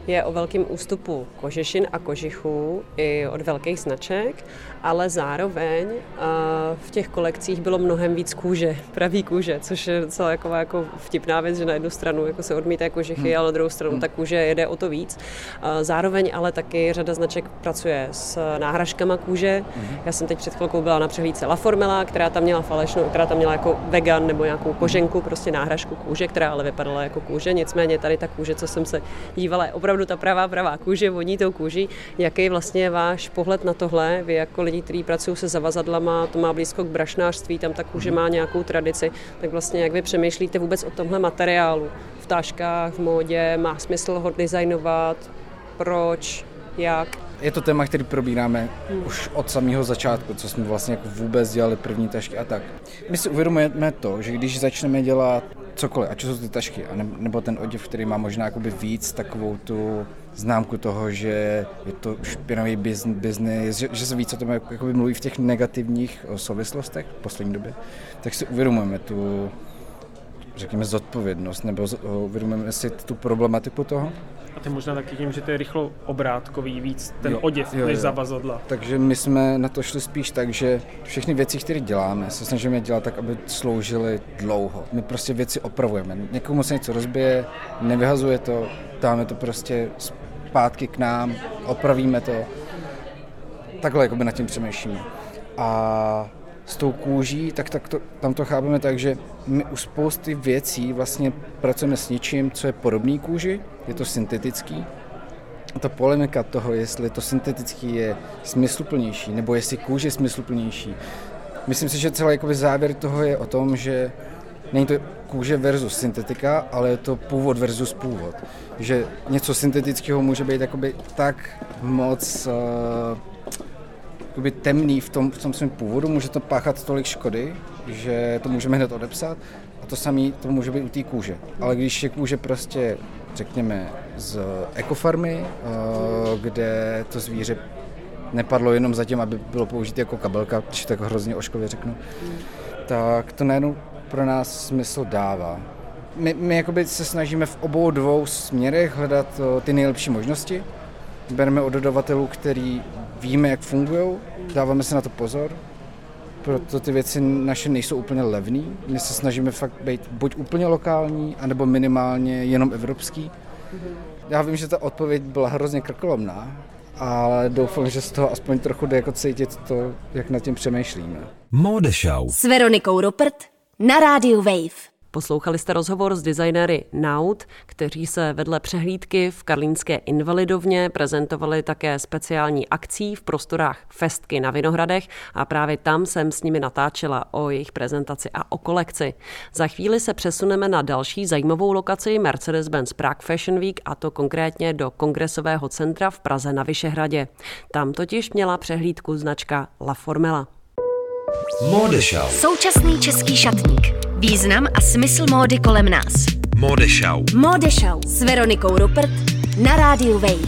je o velkém ústupu kožešin a kožichů i od velkých značek, ale zároveň v těch kolekcích bylo mnohem víc kůže, pravý kůže, což je docela jako vtipná věc, že na jednu stranu jako se odmítají kožichy, ale na druhou stranu ta kůže jede o to víc. Zároveň ale taky řada značek pracuje s náhražkama kůže. Já jsem teď před chvilkou byla na přehlídce La Formela, která tam měla falešnou, která tam měla jako vegan nebo nějakou koženku, prostě náhražku kůže, která ale vypadala jako kůže. Nicméně tady ta kůže, co jsem se dívala, je opravdu ta pravá kůže, voní tou kůží. Jaký vlastně je váš pohled na tohle? Vy jako lidi, kteří pracují se zavazadlama, to má blízko k brašnářství, tam ta kůže má nějakou tradici, tak vlastně jak vy přemýšlíte vůbec o tomhle materiálu? V taškách, v módě, má smysl ho designovat? Proč? Jak? Je to téma, který probíráme už od samého začátku, co jsme vlastně jako vůbec dělali první tašky a tak. My si uvědomujeme to, že když začneme dělat cokoliv, ať jsou ty tašky, nebo ten oděv, který má možná jakoby víc takovou tu známku toho, že je to špinavý biznis, že se víc o tom jakoby mluví v těch negativních souvislostech v poslední době, tak si uvědomujeme tu, řekněme, zodpovědnost, nebo uvědomujeme si tu problematiku toho. A to je možná taky tím, že to je rychlo obrátkový víc ten oděv, než zavazadla. Takže my jsme na to šli spíš tak, že všechny věci, které děláme, se snažíme dělat tak, aby sloužily dlouho. My prostě věci opravujeme. Někomu se něco rozbije, nevyhazuje to, dáme to prostě zpátky k nám, opravíme to. Takhle jakoby nad tím přemýšlíme. A s tou kůží, tam to chápeme tak, že my u spousty věcí vlastně pracujeme s něčím, co je podobný kůži, je to syntetický. A ta polemika toho, jestli to syntetický je smysluplnější, nebo jestli kůže je smysluplnější. Myslím si, že celý jakoby závěr toho je o tom, že není to kůže versus syntetika, ale je to původ versus původ. Že něco syntetického může být jakoby tak moc temný v tom svém původu, může to páchat tolik škody, že to můžeme hned odepsat a to samé to může být u té kůže. Ale když je kůže prostě, řekněme, z ekofarmy, kde to zvíře nepadlo jenom zatím, aby bylo použité jako kabelka, když tak hrozně ošklivě řeknu, tak to najednou pro nás smysl dává. My jakoby se snažíme v obou dvou směrech hledat ty nejlepší možnosti. Bereme od dodavatelů, který víme, jak fungují, dáváme se na to pozor, proto ty věci naše nejsou úplně levný. My se snažíme fakt být buď úplně lokální, anebo minimálně jenom evropský. Já vím, že ta odpověď byla hrozně krkolomná, ale doufám, že z toho aspoň trochu jde jako cítit to, jak nad tím přemýšlíme. Mode Show S Veronikou Rupert na rádiu Wave. Poslouchali jste rozhovor s designéry Naut, kteří se vedle přehlídky v karlínské Invalidovně prezentovali také speciální akcí v prostorách Festky na Vinohradech a právě tam jsem s nimi natáčela o jejich prezentaci a o kolekci. Za chvíli se přesuneme na další zajímavou lokaci Mercedes-Benz Prague Fashion Week, a to konkrétně do Kongresového centra v Praze na Vyšehradě. Tam totiž měla přehlídku značka La Formela. Mode Show. Současný český šatník. Význam a smysl módy kolem nás. Mode Show. Mode Show s Veronikou Rupert na rádiu Wave.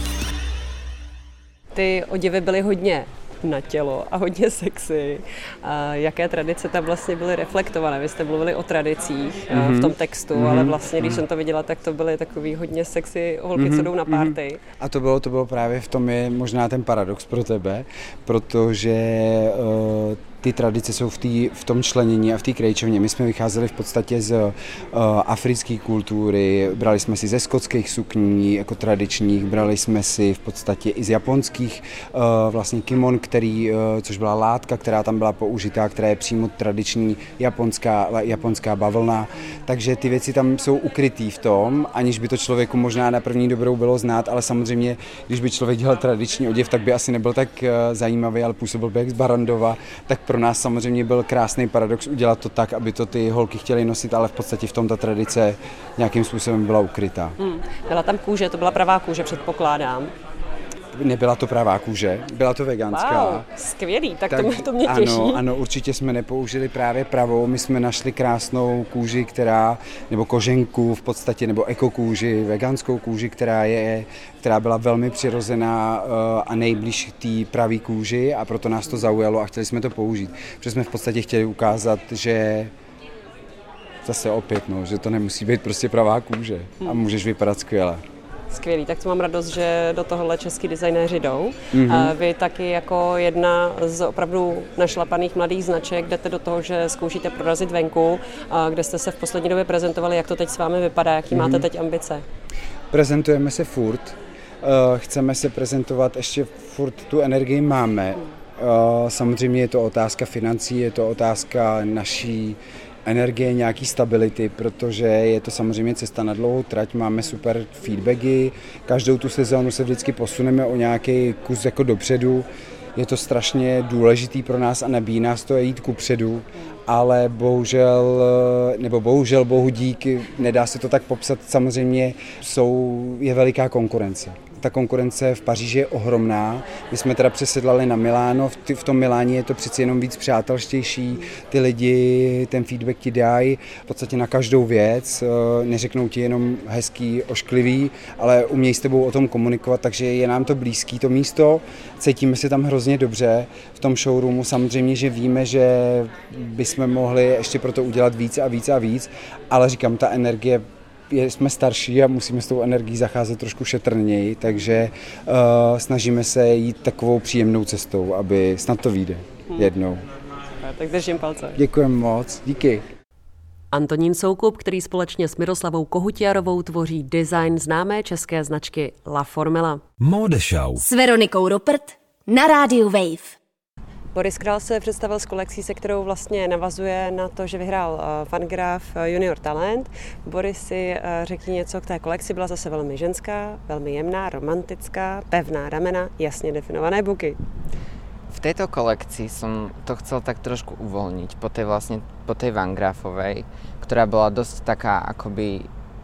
Ty oděvy byly hodně na tělo a hodně sexy. A jaké tradice tam vlastně byly reflektované? Vy jste mluvili o tradicích v tom textu, ale vlastně, když jsem to viděla, tak to byly takový hodně sexy holky, co jdou na party. A to bylo právě v tom je možná ten paradox pro tebe, protože ty tradice jsou v tom členění a v té krejčovně. My jsme vycházeli v podstatě z africké kultury, brali jsme si ze skotských sukní jako tradičních, brali jsme si v podstatě i z japonských vlastně kimon, což byla látka, která tam byla použitá, která je přímo tradiční japonská bavlna. Takže ty věci tam jsou ukrytý v tom, aniž by to člověku možná na první dobrou bylo znát, ale samozřejmě, když by člověk dělal tradiční oděv, tak by asi nebyl tak zajímavý, ale působil by jak z Barandova, tak pro nás samozřejmě byl krásný paradox udělat to tak, aby to ty holky chtěly nosit, ale v podstatě v tom ta tradice nějakým způsobem byla ukrytá. Byla tam kůže, to byla pravá kůže, předpokládám. Nebyla to pravá kůže, byla to veganská. Wow, skvělý, tak to mě těší. Ano, určitě jsme nepoužili právě pravou, my jsme našli krásnou kůži, nebo koženku v podstatě, nebo ekokůži, veganskou kůži, která byla velmi přirozená a nejblíž té pravé kůži, a proto nás to zaujalo a chtěli jsme to použít. Protože jsme v podstatě chtěli ukázat, že zase opět, že to nemusí být prostě pravá kůže a můžeš vypadat skvěle. Skvělý, tak to mám radost, že do tohohle český designéři jdou. Vy taky jako jedna z opravdu našlapaných mladých značek jdete do toho, že zkoušíte prorazit venku, kde jste se v poslední době prezentovali, jak to teď s vámi vypadá, jaký máte teď ambice? Prezentujeme se furt, chceme se prezentovat, ještě furt tu energii máme. Samozřejmě je to otázka financí, je to otázka naší energie, nějaký stability, protože je to samozřejmě cesta na dlouhou trať, máme super feedbacky, každou tu sezónu se vždycky posuneme o nějaký kus jako dopředu, je to strašně důležitý pro nás a nabíjí nás to jít kupředu, ale bohužel, bohu dík, nedá se to tak popsat, samozřejmě je veliká konkurence. Ta konkurence v Paříži je ohromná. My jsme teda přesedlali na Miláno, v tom Miláně je to přeci jenom víc přátelštější, ty lidi ten feedback ti dají v podstatě na každou věc, neřeknou ti jenom hezký, ošklivý, ale umějí s tebou o tom komunikovat, takže je nám to blízký to místo, cítíme se tam hrozně dobře v tom showroomu, samozřejmě, že víme, že bychom mohli ještě pro to udělat víc a víc a víc, ale říkám, ta energie, jsme starší a musíme s tou energií zacházet trošku šetrněji, takže snažíme se jít takovou příjemnou cestou, aby snad to vyjde jednou. Tak držím palce. Děkujeme moc, díky. Antonín Soukup, který společně s Miroslavou Kohutiarovou tvoří design známé české značky La Formela. Mode Show S Veronikou Rupert na rádiu Wave. Boris Král se představil s kolekcí, se kterou vlastně navazuje na to, že vyhrál Van Graaf Junior Talent. Boris, si řekni něco k té kolekci, byla zase velmi ženská, velmi jemná, romantická, pevná ramena, jasně definované buky. V tejto kolekcii som to chcel tak trošku uvoľniť po tej Van Graafovej, ktorá bola dosť taká akoby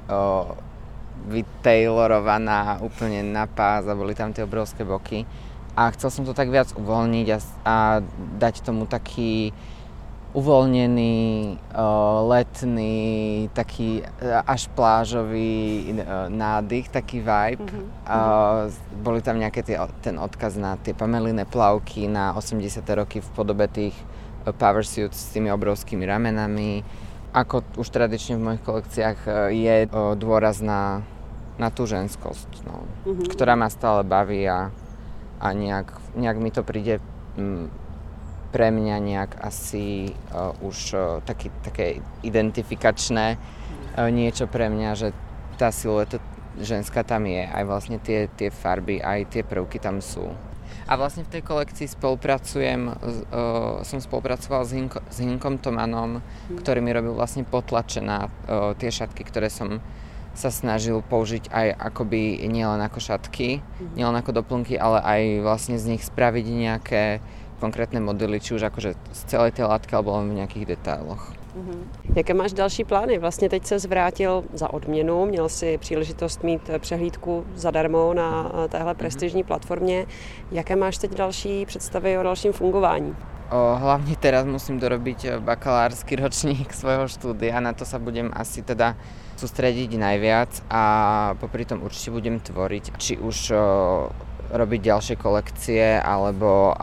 vytailorovaná úplne na pás a boli tam tie obrovské boky. A chcel som to tak viac uvoľniť a dať tomu taký uvoľnený, letný, taký až plážový nádych, taký vibe. Boli tam nejaké ten odkaz na tie pameliné plavky, na 80. roky v podobe tých power suits s tými obrovskými ramenami. Ako už tradične v mojich kolekciách je dôraz na tú ženskosť, ktorá ma stále baví a nejak mi to príde pre mňa nejak asi už také identifikačné niečo pre mňa, že tá silueta ženská tam je, aj vlastne tie farby, aj tie prvky tam sú. A vlastne v tej kolekcii som spolupracoval s Hinkom Tomanom, ktorý mi robil vlastne potlače na tie šatky, ktoré som sa snažil použiť aj akoby nielen ako šatky, nielen ako doplnky, ale aj vlastne z nich spraviť nejaké konkrétne modely, či už akože z celej té látky, alebo len v nějakých detailoch. Jaké máš další plány? Vlastně teď se zvrátil za odměnu, měl si příležitost mít přehlídku zadarmo na téhle prestižní platformě. Jaké máš teď další představy o dalším fungování? Hlavne teraz musím dorobiť bakalársky ročník svojho štúdia, na to sa budem asi teda sústrediť najviac a popri tom určite budem tvoriť, či už robiť ďalšie kolekcie alebo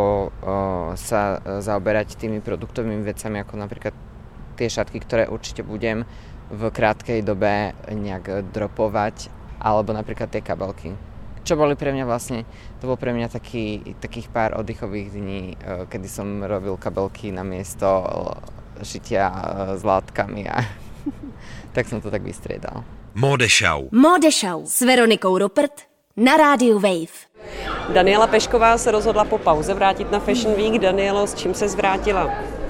sa zaoberať tými produktovými vecami, ako napríklad tie šatky, ktoré určite budem v krátkej dobe nejak dropovať, alebo napríklad tie kabelky. Čo boli pre mňa vlastne, to bol pre mňa takých pár oddychových dní, kedy som robil kabelky na miesto šitia s látkami a tak som to tak vystriedal. Mode Show. Mode Show s Veronikou Rupert na rádiu Wave. Daniela Pešková se rozhodla po pauze vrátit na Fashion Week. Danielo, s čím ses vrátila?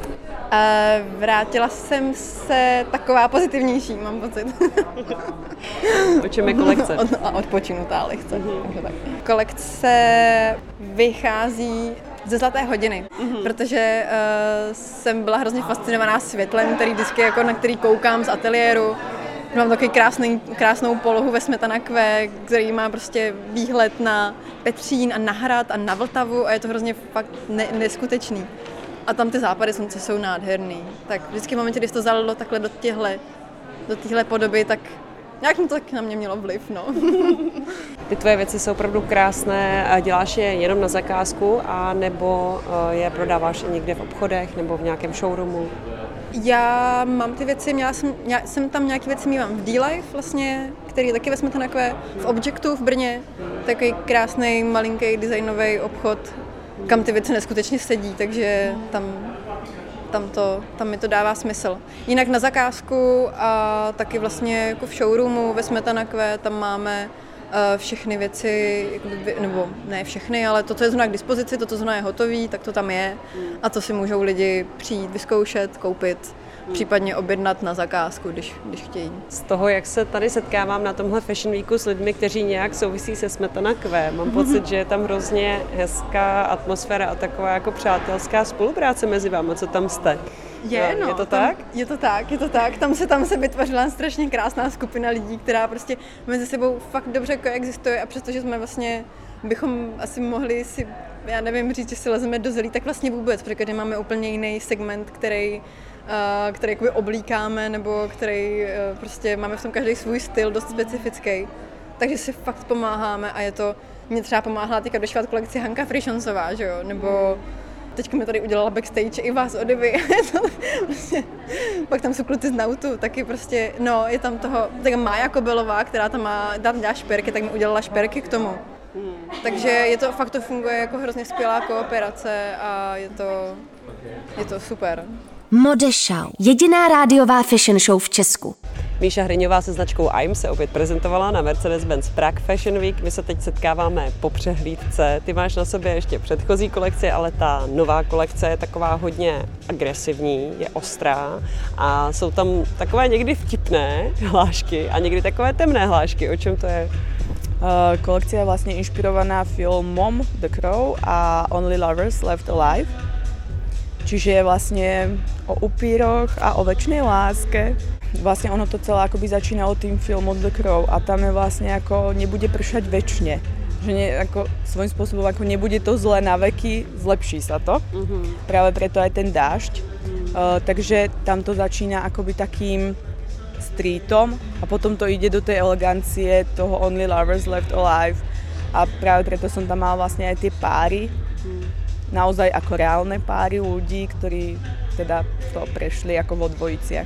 Vrátila jsem se taková pozitivnější, mám pocit. O čem je kolekce? Odpočinutá lehce. Kolekce vychází ze Zlaté hodiny, protože jsem byla hrozně fascinovaná světlem, na který koukám z ateliéru. Mám takový krásnou polohu ve Smetanakve, který má prostě výhled na Petřín a na Hrad a na Vltavu a je to hrozně fakt neskutečný. A tam ty západy slunce jsou nádherný. Tak vždycky v momentě, když to zalilo takhle do téhle podoby, tak nějak to tak na mě mělo vliv, no. Ty tvoje věci jsou opravdu krásné. Děláš je jenom na zakázku a nebo je prodáváš i někde v obchodech nebo v nějakém showroomu? Já mám ty věci, jsem tam nějaké věci mívám v D-Life vlastně, který je taky ve Smetanakové, v Objectu v Brně, takový krásný, malinký designový obchod, kam ty věci neskutečně sedí, takže tam mi to dává smysl. Jinak na zakázku a taky vlastně jako v showroomu ve Smetanakové tam máme všechny věci, nebo ne všechny, ale to, co je zrovna k dispozici, to, co zrovna je hotový, tak to tam je a to si můžou lidi přijít, vyzkoušet, koupit, případně objednat na zakázku, když chtějí. Z toho, jak se tady setkávám na tomhle Fashion Weeku s lidmi, kteří nějak souvisí se Smetanakové, mám pocit, že je tam hrozně hezká atmosféra a taková jako přátelská spolupráce mezi vámi, co tam jste. Je to tak? Je to tak. Tam se vytvořila strašně krásná skupina lidí, která prostě mezi sebou fakt dobře koexistuje a přestože jsme vlastně, bychom asi mohli si, já nevím, říct, že si lezeme do zelí, tak vlastně vůbec, protože máme úplně jiný segment, který jakoby oblíkáme, nebo který prostě máme v tom každý svůj styl, dost specifický. Takže si fakt pomáháme a mě třeba pomáhala teďka došívat kolekci Hanka Frišonsová, že jo, nebo teďka mi tady udělala backstage i vás Odivy. Pak tam jsou kluci z Nautu, taky prostě, je tam tak Mája Kobelová, která tam dělá šperky, tak mi udělala šperky k tomu. Takže fakt to funguje jako hrozně skvělá kooperace a je to super. Modeshow, jediná rádiová fashion show v Česku. Míša Hryňová se značkou AIM se opět prezentovala na Mercedes-Benz Prague Fashion Week. My se teď setkáváme po přehlídce. Ty máš na sobě ještě předchozí kolekci, ale ta nová kolekce je taková hodně agresivní, je ostrá a jsou tam takové někdy vtipné hlášky a někdy takové temné hlášky. O čem to je? Kolekcia je vlastne inšpirovaná filmom The Crow a Only Lovers Left Alive. Čiže je vlastne o upíroch a o večnej láske. Vlastne ono to celé akoby začínalo tým filmom The Crow a tam je vlastne ako nebude pršať večne. Že svojím spôsobom ako nebude to zlé na veky, zlepší sa to. Práve preto aj ten dážď. Takže tam to začína akoby takým streetom a potom to ide do tej elegancie toho Only Lovers Left Alive a práve preto som tam mala vlastne aj tie páry, naozaj ako reálne páry ľudí, ktorí teda to prešli ako vo dvojiciach.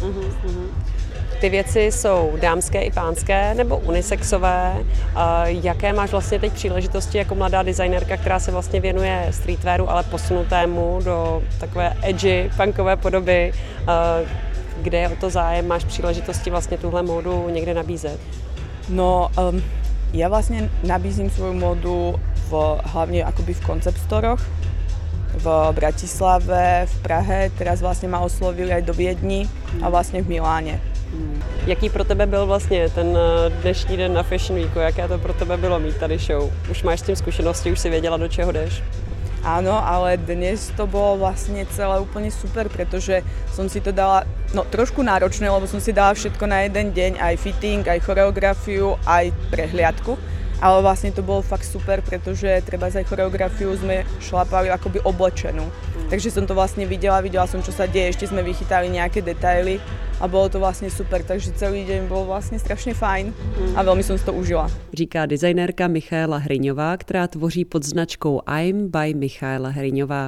Ty věci jsou dámské i pánské nebo unisexové. Jaké máš vlastně teď příležitosti jako mladá designérka, která se vlastně věnuje streetwearu, ale posunutému do takové edgy, punkové podoby? Kde je o to zájem? Máš příležitosti vlastně tuhle módu někde nabízet? No, ja vlastne nabízím svoju módu hlavne akoby v concept storoch, v Bratislave, v Prahe, teraz vlastne ma oslovili aj do Viedni a vlastne v Miláne. Jaký pro tebe byl vlastně ten dnešní den na Fashion Weeku? Jaké to pro tebe bylo mít tady show? Už máš s tím zkušenosti, už si věděla, do čeho jdeš? Áno, ale dnes to bolo vlastne celé úplne super, pretože som si to dala trošku náročné, lebo som si dala všetko na jeden deň, aj fitting, aj choreografiu, aj prehliadku. Ale vlastne to bolo fakt super, pretože treba aj choreografiu sme šlapali akoby oblečenú. Takže som to vlastne videla som, čo sa deje, ešte sme vychytali nejaké detaily a bolo to vlastne super, takže celý deň bol vlastne strašně fajn a velmi jsem si to užila. Říká designérka Michaela Hryňová, která tvoří pod značkou I'm by Michaela Hryňová.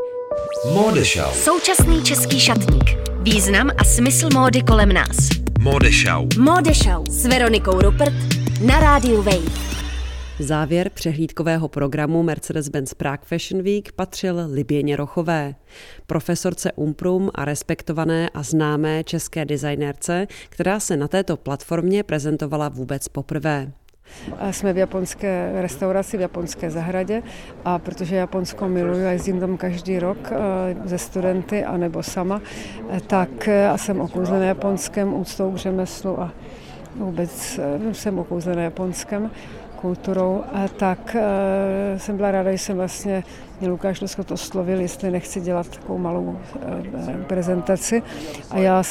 Modeshow. Současný český šatník. Význam a smysl módy kolem nás. Modeshow. Modeshow s Veronikou Rupert na rádiu Wave. Závěr přehlídkového programu Mercedes-Benz Prague Fashion Week patřil Liběně Rochové, profesorce Umprum a respektované a známé české designérce, která se na této platformě prezentovala vůbec poprvé. Jsme v japonské restauraci, v japonské zahradě a protože Japonsko miluju a jezdím tam každý rok se studenty anebo sama, tak jsem okouzlená japonském úctou k řemeslu a vůbec jsem okouzlená japonském kulturou, tak jsem byla ráda, že jsem vlastně mě Lukáš Luskot oslovil, jestli nechci dělat takovou malou prezentaci. A já,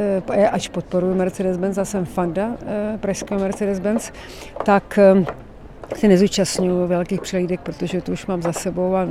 ač podporuji Mercedes-Benz a jsem fanda pražského Mercedes-Benz, tak se nezúčastňuji velkých přehlídek, protože to už mám za sebou a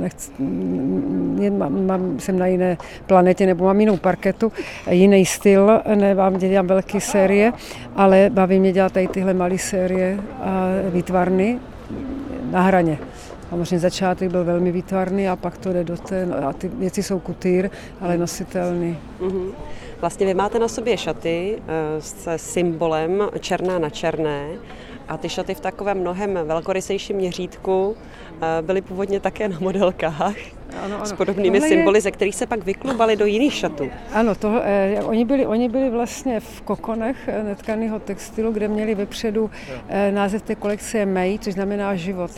jsem na jiné planetě nebo mám jinou parketu, jiný styl, nevám, dělám velké série, ale baví mě dělat tady tyhle malé série a výtvarny na hraně. Samozřejmě začátek byl velmi výtvarný a pak to jde do a ty věci jsou kutýr, ale nositelný. Vlastně vy máte na sobě šaty se symbolem černá na černé a ty šaty v takovém mnohem velkorysejším měřítku byly původně také na modelkách. Ano. S podobnými symboly, ze kterých se pak vyklubali do jiných šatů. Ano, oni byli vlastně v kokonech netkaného textilu, kde měli vepředu název té kolekce May, což znamená život.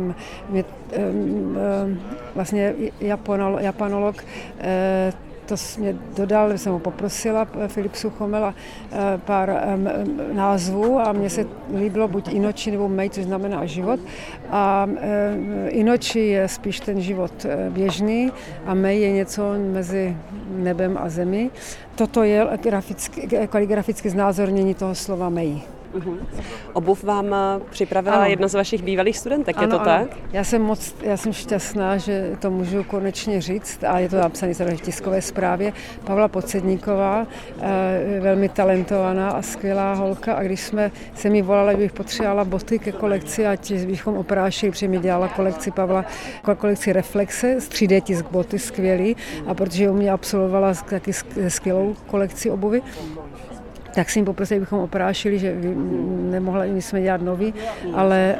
Vlastně japanolog to mě dodal, jsem ho poprosila, Filip Suchomela, pár názvů a mně se líbilo buď Inoči nebo May, což znamená život. A Inoči je spíš ten život běžný a May je něco mezi nebem a zemí. Toto je kaligrafické znázornění toho slova May. Obuv vám připravila jedna z vašich bývalých studentek, je to tak? Já jsem šťastná, že to můžu konečně říct a je to napsané v tiskové zprávě. Pavla Podsedníková, velmi talentovaná a skvělá holka a když se mi volala, že bych potřebovala boty ke kolekci a bychom oprášili, protože mi dělala kolekci Reflexe, 3D tisk boty, skvělý a protože u mě absolvovala taky skvělou kolekci obuvy, tak si jim poprosili, bychom oprášili, že nemohli jsme dělat nový, ale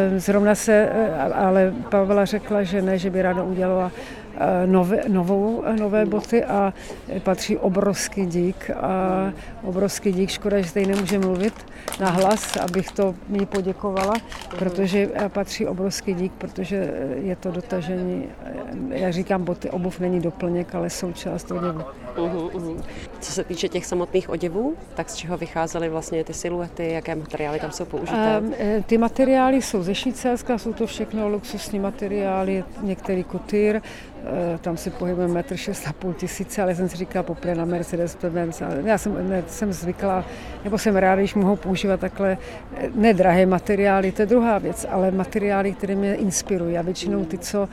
ale Pavla řekla, že ne, že by ráda udělala nové boty a patří obrovský dík, škoda, že tady nemůže mluvit na hlas, abych to mi poděkovala, protože patří obrovský dík, protože je to dotažení, jak říkám, boty, obuv není doplněk, ale součást oděvu. Co se týče těch samotných oděvů, tak z čeho vycházely vlastně ty siluety, jaké materiály tam jsou použité? Ty materiály jsou ze Švýcarska, jsou to všechno luxusní materiály, některý kutýr, tam si pohybujeme 6,5 tisíce, ale jsem si říkala poprvé na Mercedes-Benz. Já jsem zvyklá, nebo jsem ráda, když mohu používat takhle nedrahé materiály, to je druhá věc, ale materiály, které mě inspirují a většinou ty, co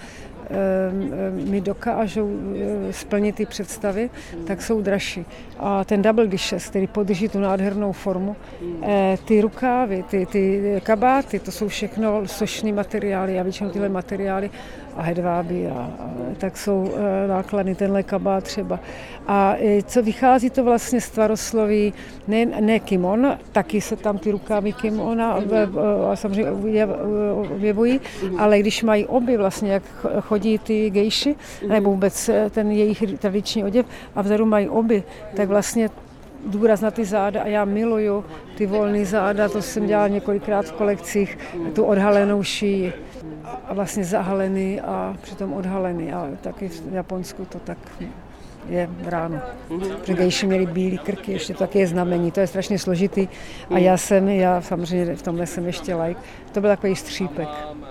mi dokážou splnit ty představy, tak jsou dražší. A ten double dishes, který podrží tu nádhernou formu, ty rukávy, ty kabáty, to jsou všechno sošný materiály a většinou tyhle materiály a hedváby tak jsou nákladný tenhle kabát třeba. A co vychází to vlastně z tvarosloví, ne kimon, taky se tam ty rukávy kimona samozřejmě objevují, ale když mají obě vlastně, jak chodí ty gejši, nebo vůbec ten jejich tradiční oděv a vzadu mají obě, tak vlastně důraz na ty záda a já miluju ty volné záda, to jsem dělala několikrát v kolekcích, tu odhalenou šíji a vlastně zahalený a přitom odhalený a taky v Japonsku to tak je ráno. Protože gejši měli bílý krky, ještě to taky je znamení, to je strašně složitý a já samozřejmě v tomhle jsem ještě like. To byl takový střípek.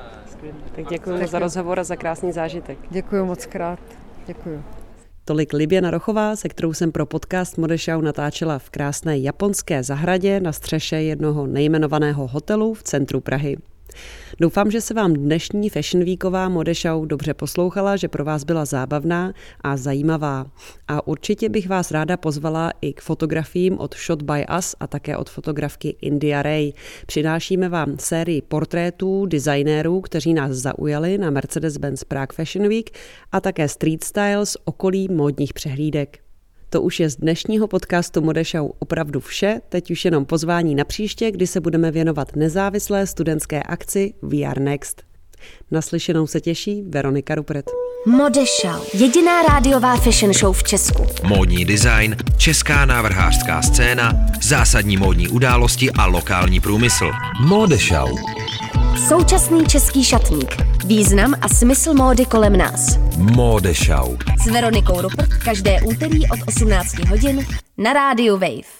Tak děkuji za rozhovor a za krásný zážitek. Děkuji moc krát. Děkuji. Tolik Libiana Rochová, se kterou jsem pro podcast Modeshow natáčela v krásné japonské zahradě na střeše jednoho nejmenovaného hotelu v centru Prahy. Doufám, že se vám dnešní Fashion Weeková Modeshow dobře poslouchala, že pro vás byla zábavná a zajímavá. A určitě bych vás ráda pozvala i k fotografiím od Shot by Us a také od fotografky India Ray. Přinášíme vám sérii portrétů designérů, kteří nás zaujali na Mercedes-Benz Prague Fashion Week a také street style z okolí módních přehlídek. To už je z dnešního podcastu Modeshow opravdu vše, teď už jenom pozvání na příště, kdy se budeme věnovat nezávislé studentské akci We Are Next. Naslyšenou se těší Veronika Rupret. Modeshow, jediná rádiová fashion show v Česku. Módní design, česká návrhářská scéna, zásadní módní události a lokální průmysl. Modeshow. Současný český šatník. Význam a smysl módy kolem nás. Modeshow. S Veronikou Rupert každé úterý od 18 hodin na rádiu Wave.